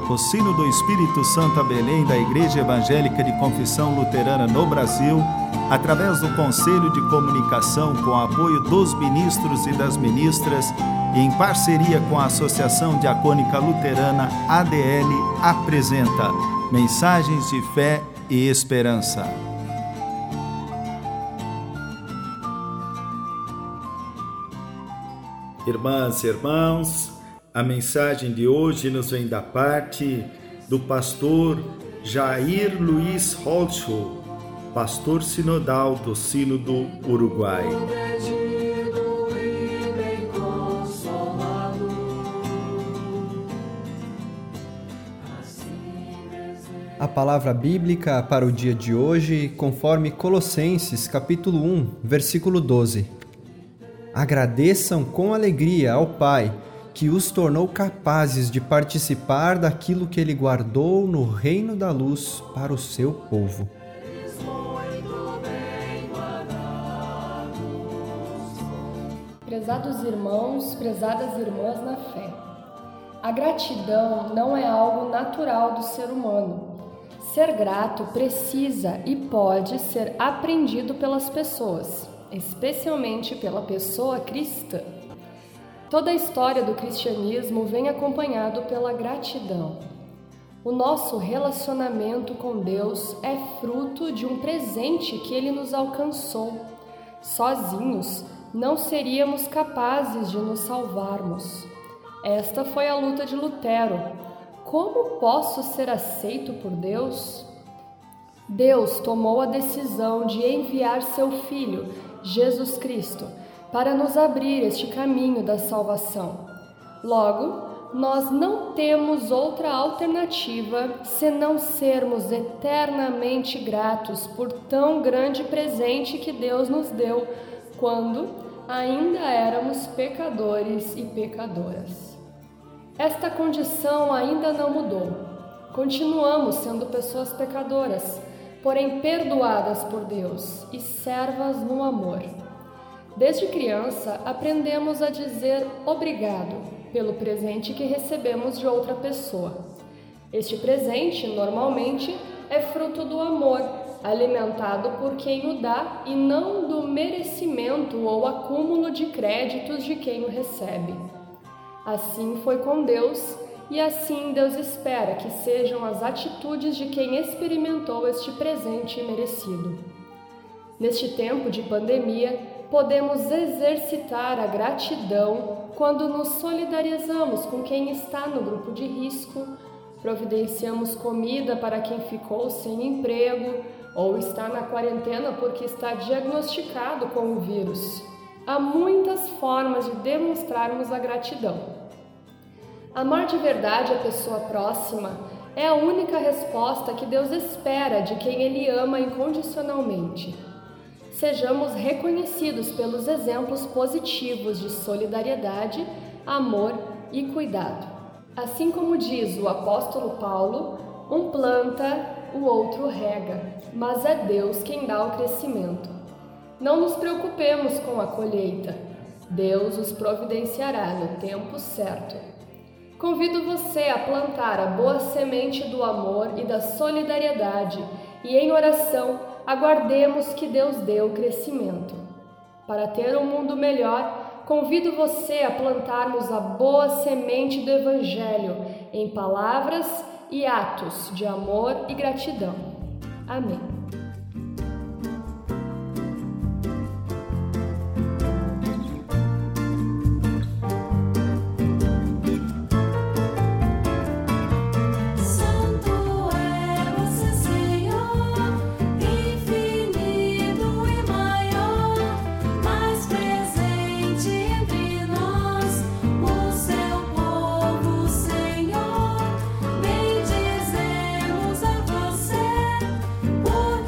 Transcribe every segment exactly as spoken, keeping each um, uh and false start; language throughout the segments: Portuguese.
Patrocínio do Espírito Santo a Belém da Igreja Evangélica de Confissão Luterana no Brasil, através do Conselho de Comunicação com apoio dos ministros e das ministras e em parceria com a Associação Diacônica Luterana A D L, apresenta Mensagens de Fé e Esperança. Irmãs e irmãos, a mensagem de hoje nos vem da parte do pastor Jair Luiz Holzschuh, pastor sinodal do Sínodo Uruguai. A palavra bíblica para o dia de hoje, conforme Colossenses capítulo um, versículo doze. Agradeçam com alegria ao Pai, que os tornou capazes de participar daquilo que Ele guardou no reino da luz para o seu povo. Prezados irmãos, prezadas irmãs na fé, a gratidão não é algo natural do ser humano. Ser grato precisa e pode ser aprendido pelas pessoas, especialmente pela pessoa cristã. Toda a história do cristianismo vem acompanhado pela gratidão. O nosso relacionamento com Deus é fruto de um presente que Ele nos alcançou. Sozinhos, não seríamos capazes de nos salvarmos. Esta foi a luta de Lutero. Como posso ser aceito por Deus? Deus tomou a decisão de enviar seu Filho, Jesus Cristo, para nos abrir este caminho da salvação. Logo, nós não temos outra alternativa senão sermos eternamente gratos por tão grande presente que Deus nos deu quando ainda éramos pecadores e pecadoras. Esta condição ainda não mudou. Continuamos sendo pessoas pecadoras, porém perdoadas por Deus e servas no amor. Desde criança, aprendemos a dizer obrigado pelo presente que recebemos de outra pessoa. Este presente, normalmente, é fruto do amor, alimentado por quem o dá e não do merecimento ou acúmulo de créditos de quem o recebe. Assim foi com Deus, e assim Deus espera que sejam as atitudes de quem experimentou este presente merecido. Neste tempo de pandemia, podemos exercitar a gratidão quando nos solidarizamos com quem está no grupo de risco, providenciamos comida para quem ficou sem emprego ou está na quarentena porque está diagnosticado com o vírus. Há muitas formas de demonstrarmos a gratidão. Amar de verdade a pessoa próxima é a única resposta que Deus espera de quem Ele ama incondicionalmente. Sejamos reconhecidos pelos exemplos positivos de solidariedade, amor e cuidado. Assim como diz o apóstolo Paulo, um planta, o outro rega, mas é Deus quem dá o crescimento. Não nos preocupemos com a colheita, Deus os providenciará no tempo certo. Convido você a plantar a boa semente do amor e da solidariedade e, em oração, aguardemos que Deus dê o crescimento. Para ter um mundo melhor, convido você a plantarmos a boa semente do Evangelho em palavras e atos de amor e gratidão. Amém. Por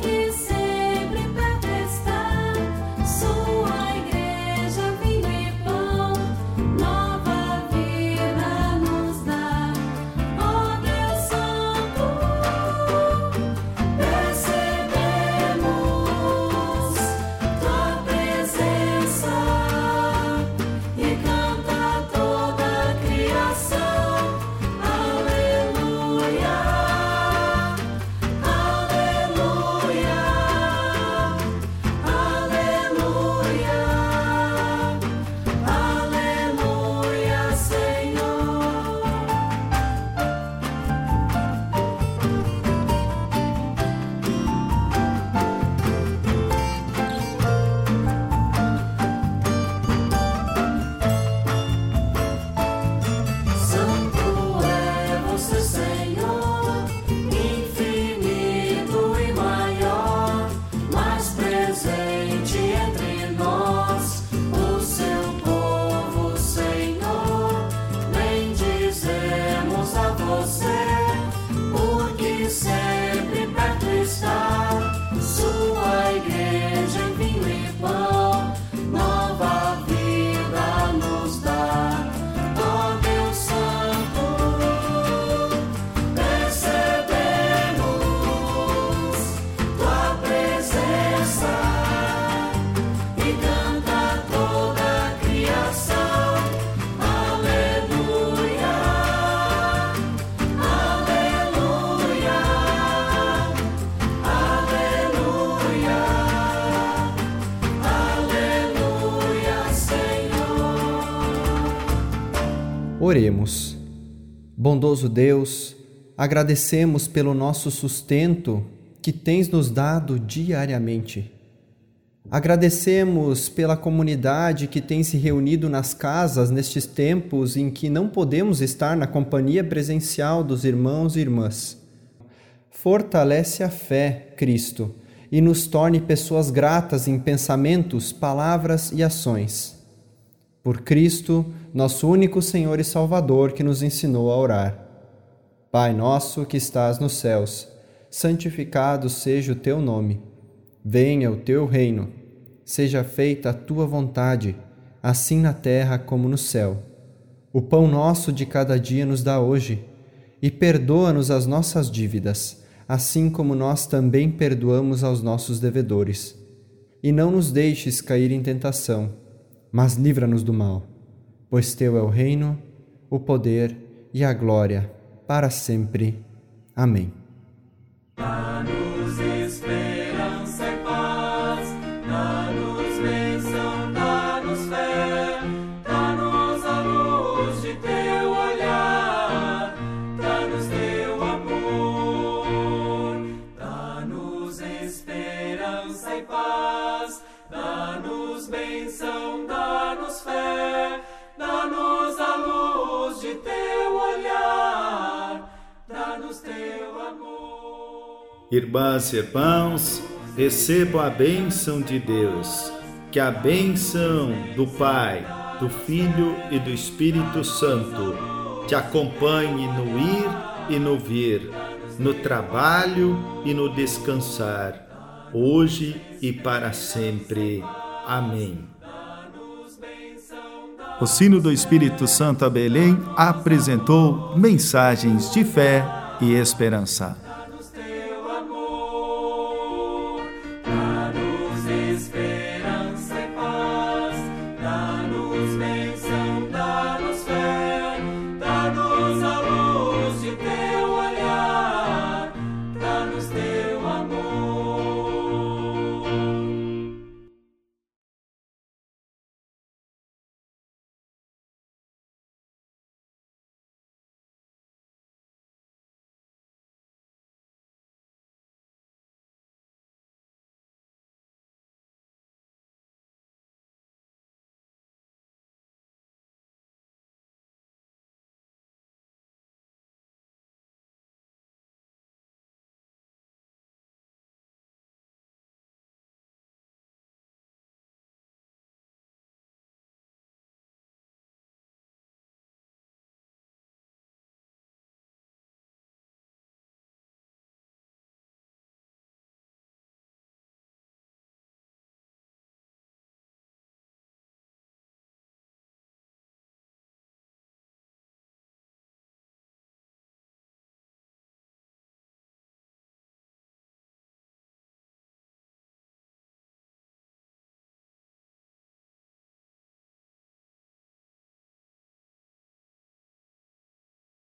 Oremos. Bondoso Deus, agradecemos pelo nosso sustento que tens nos dado diariamente. Agradecemos pela comunidade que tem se reunido nas casas nestes tempos em que não podemos estar na companhia presencial dos irmãos e irmãs. Fortalece a fé, Cristo, e nos torne pessoas gratas em pensamentos, palavras e ações. Por Cristo, nosso único Senhor e Salvador, que nos ensinou a orar. Pai nosso que estás nos céus, santificado seja o teu nome. Venha o teu reino. Seja feita a tua vontade, assim na terra como no céu. O pão nosso de cada dia nos dá hoje, e perdoa-nos as nossas dívidas, assim como nós também perdoamos aos nossos devedores. E não nos deixes cair em tentação, mas livra-nos do mal, pois teu é o reino, o poder e a glória, para sempre. Amém. Dá-nos esperança e paz, dá-nos bênção, dá-nos fé, dá-nos a luz de teu olhar, dá-nos teu amor. Dá-nos esperança e paz, dá-nos bênção, dá-nos fé, dá-nos a luz de teu olhar, dá-nos teu amor. Irmãs e irmãos, recebam a bênção de Deus. Que a bênção do Pai, do Filho e do Espírito Santo te acompanhe no ir e no vir, no trabalho e no descansar, hoje e para sempre. Amém. O Sino do Espírito Santo a Belém apresentou mensagens de fé e esperança.